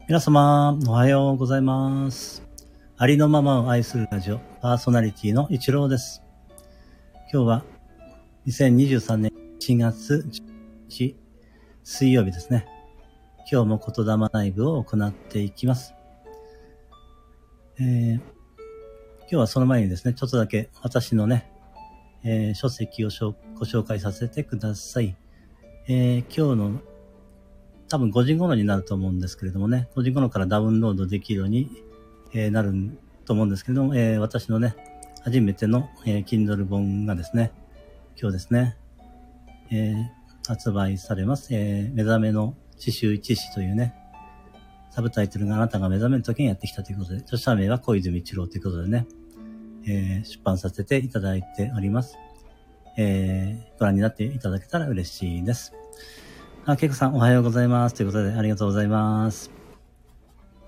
皆様、おはようございます。ありのままを愛するラジオ、パーソナリティの一郎です。今日は2023年1月10日水曜日ですね。今日も言霊ライブを行っていきます。今日はその前にですね、ちょっとだけ私のね、書籍をご紹介させてください。今日の多分5時頃になると思うんですけれどもね、5時頃からダウンロードできるように、なると思うんですけれども、私のね、初めての、Kindle 本がですね、今日ですね、発売されます。目覚めの刺繍一詩というね、サブタイトルがあなたが目覚める時にやってきたということで、著者名は小泉一郎ということでね、出版させていただいております。ご覧になっていただけたら嬉しいです。けいこさんおはようございます。ということでありがとうございます。はい。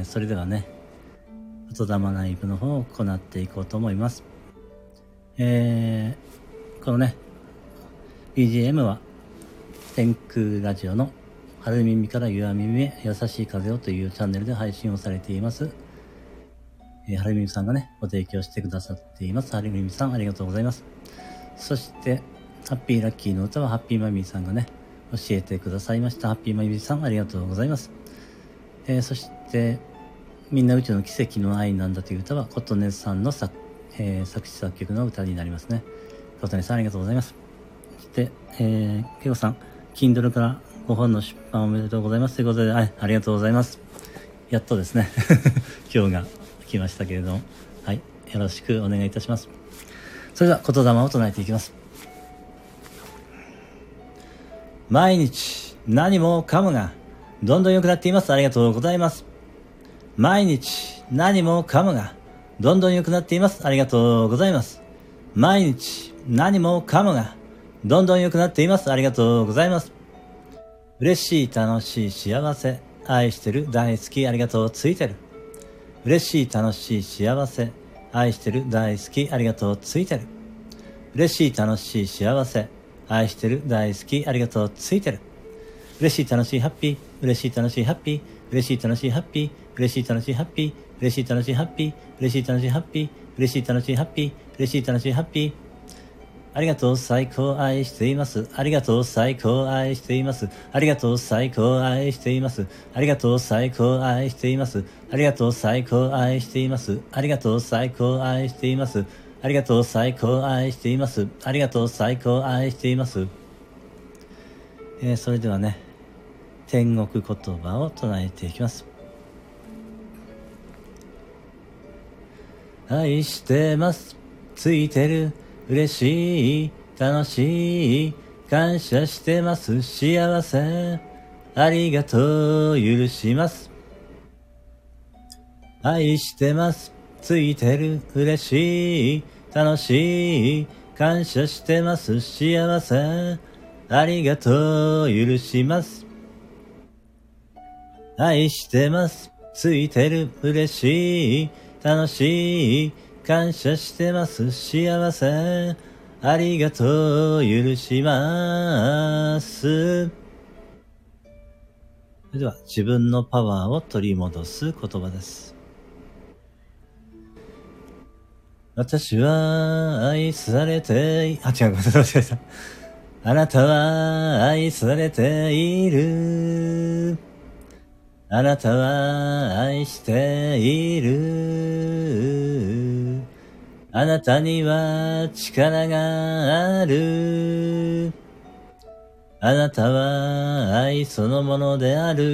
それではね、言霊ライブの方を行っていこうと思います。このね、BGM は天空ラジオの春耳から夕耳へ優しい風をというチャンネルで配信をされています。春耳さんがね、ご提供してくださっています。春耳さんありがとうございます。そして、ハッピーラッキーの歌はハッピーマミーさんがね、教えてくださいました。ハッピーマミーさんありがとうございます。そして、みんな宇宙の奇跡の愛なんだという歌は、琴音さんの作詞作曲の歌になりますね。琴音さんありがとうございます。そして、けいこさん、Kindle から5本の出版おめでとうございます。ということで、ありがとうございます。やっとですね、今日が来ましたけれども、はい、よろしくお願いいたします。それでは言霊を唱えていきます。毎日何もかもがどんどん良くなっています。ありがとうございます。毎日何もかもがどんどん良くなっています。ありがとうございます。毎日何もかもがどんどん良くなっています。ありがとうございます。嬉しい、楽しい、幸せ、愛してる、大好き、ありがとう、ついてる。嬉しい、楽しい、幸せ、愛してる、大好き、ありがとう、ついてる。嬉しい、楽しい、幸せ、愛してる、大好き、ありがとう、ついてる。嬉しい、楽しい、ハッピー、嬉しい、楽しい、ハッピー、嬉しい、楽しい、ハッピー、嬉しい、楽しい、ハッピー、嬉しい、楽しい、ハッピー、嬉しい、楽しい、ハッピー、嬉しい、楽しい、ハッピー、嬉しい、楽しい、ハッピー。ありがとう、最高、愛しています。ありがとう、最高、愛しています。ありがとう、最高、愛しています。ありがとう、最高、愛しています。ありがとう、最高、愛しています。ありがとう、最高、愛しています。ありがとう、最高、愛しています。ありがとう、最高、愛しています。それではね、天国言葉を唱えていきます。愛してます。ついてる。嬉しい。楽しい。感謝してます。幸せ。ありがとう。許します。愛してます。ついてる。嬉しい。楽しい。感謝してます。幸せ。ありがとう。許します。愛してます。ついてる。嬉しい。楽しい。感謝してます。幸せ。ありがとう。許します。それでは自分のパワーを取り戻す言葉です。私は愛されて違う、ごめんなさい。あなたは愛されている。あなたは愛している。あなたには力がある。あなたは愛そのものであ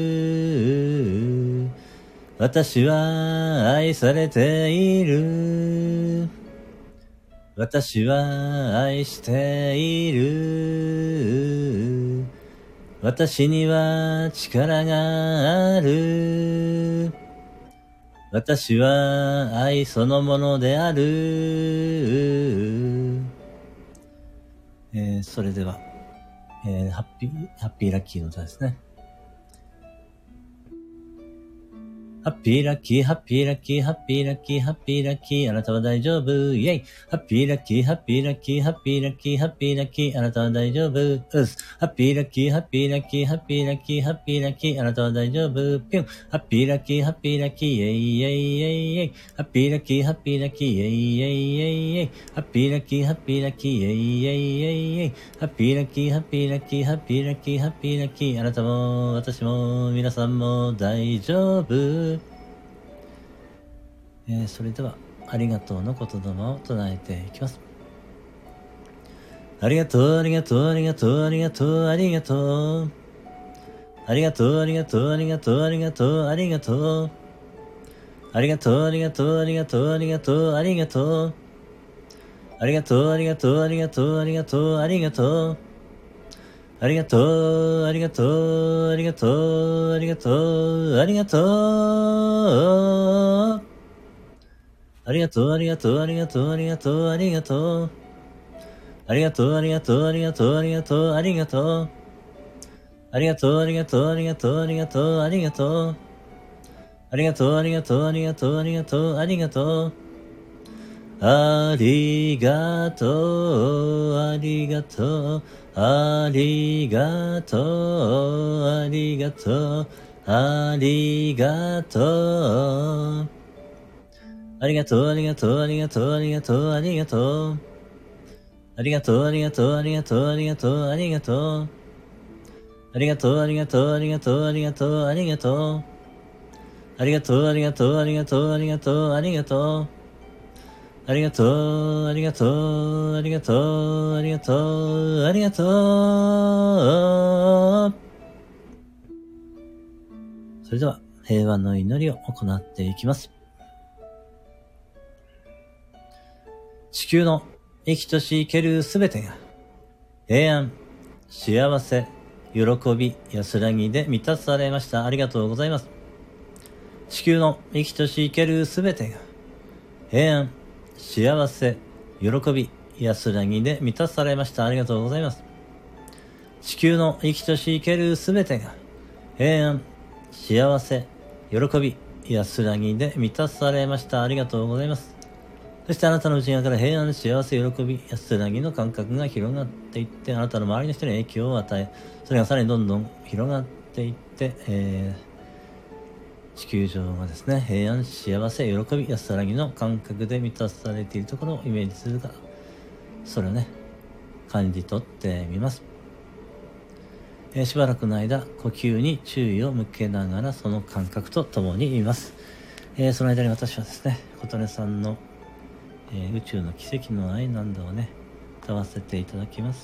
る。私は愛されている。私は愛している。私には力がある。私は愛そのものである。それでは、ハッピーラッキーの歌ですね。 ハッピーラッキー、ハッピーラッキー、ハッピーラッキー、ハッピーラッキー、あなたは大丈夫、イェイ。ハッピーラッキー、ハッピーラッキー、ハッピーラッキー、ハッピーラッキー、あなたは大丈夫、うす。ハッピーラッキー、ハッピーラッキー、ハッピーラッキー、ハッピーラッキー、あなたは大丈夫、ピュン。ハッピーラッキー、ハッピーラッキー、イェイイェイイェイイェイ。ハッピーラッキー、ハッピーラッキー、イェイイェイイェイイェイ。ハッピーラッキー、ハッピーラッキー、イェイイェイイェイイェイ。ハッピーラッキー、ハッピーラッキー、ハッピーラッキー、ハッピーラッキー、あなたも、私も、皆さんも大丈夫。それでは、ありがとうの言霊を唱えていきます。ありがとう、ありがとう、ありがとう、ありがとう、ありがとう。ありがとう、ありがとう、ありがとう、ありがとう、ありがとう。ありがとう、ありがとう、ありがとう、ありがとう、ありがとう。ありがとう、ありがとう、ありがとう、ありがとう、ありがとう。ありがとう、ありがとう、ありがとう、ありがとう、ありがとう。ありがとう、ありがとう、ありがとう、ありがとう、ありがとう。ありがとう、ありがとう、ありがとう、ありがとう、ありがとう。ありがとう、ありがとう、ありがとう、ありがとう、ありがとう。ありがとう、ありがとう、ありがとう、ありがとう、ありがとう。ありがとう、ありがとう、ありがとう、ありがとう、ありがとう。ありがとう、ありがとう、ありがとう、ありがとう、ありがとう。ありがとう、ありがとう、ありがとう、ありがとう、ありがとう。ありがとう、ありがとう、ありがとう、ありがとう、ありがとう。ありがとう、ありがとう、ありがとう、ありがとう、ありがとう。ありがとう、ありがとう、ありがとう、ありがとう、ありがとう。それでは、平和の祈りを行っていきます。地球の生きとし生けるすべてが、平安、幸せ、喜び、安らぎで満たされました。ありがとうございます。地球の生きとし生けるすべてが、平安、幸せ、喜び、安らぎで満たされました。ありがとうございます。地球の生きとし生けるすべてが、平安、幸せ、喜び、安らぎで満たされました。ありがとうございます。そしてあなたの内側から平安、幸せ、喜び、安らぎの感覚が広がっていって、あなたの周りの人に影響を与え、それがさらにどんどん広がっていって、地球上がですね、平安、幸せ、喜び、安らぎの感覚で満たされているところをイメージするから、それをね、感じ取ってみます。しばらくの間、呼吸に注意を向けながら、その感覚と共にいます。その間に私はですね、琴音さんの、宇宙の奇跡の愛なんだをね、歌わせていただきます。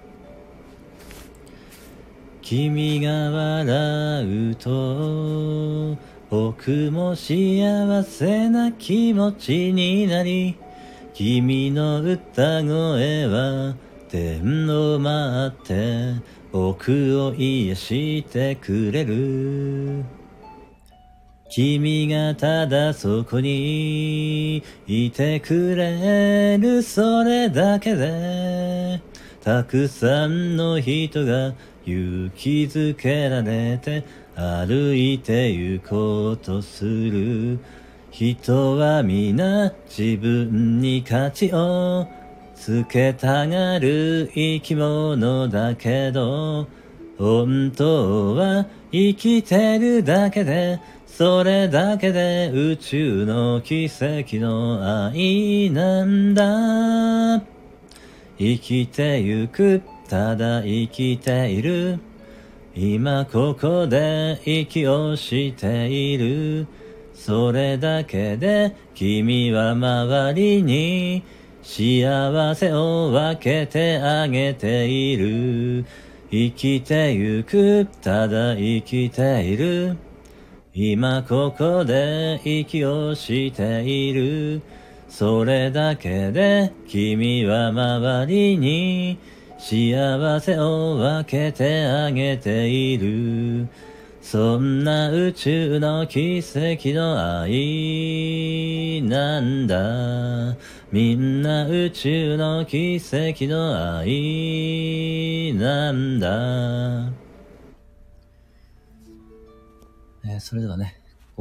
君が笑うと僕も幸せな気持ちになり、君の歌声は天を舞って僕を癒してくれる。君がただそこにいてくれる、それだけでたくさんの人が勇気づけられて歩いて行こうとする。人は皆自分に価値をつけたがる生き物だけど、本当は生きてるだけで、それだけで宇宙の奇跡の愛なんだ。生きてゆく、ただ生きている、今ここで息をしている、それだけで君は周りに幸せを分けてあげている。生きてゆく、ただ生きている、今ここで息をしている、それだけで君は周りに幸せを分けてあげている。そんな宇宙の奇跡の愛なんだ。みんな宇宙の奇跡の愛なんだ。それではね、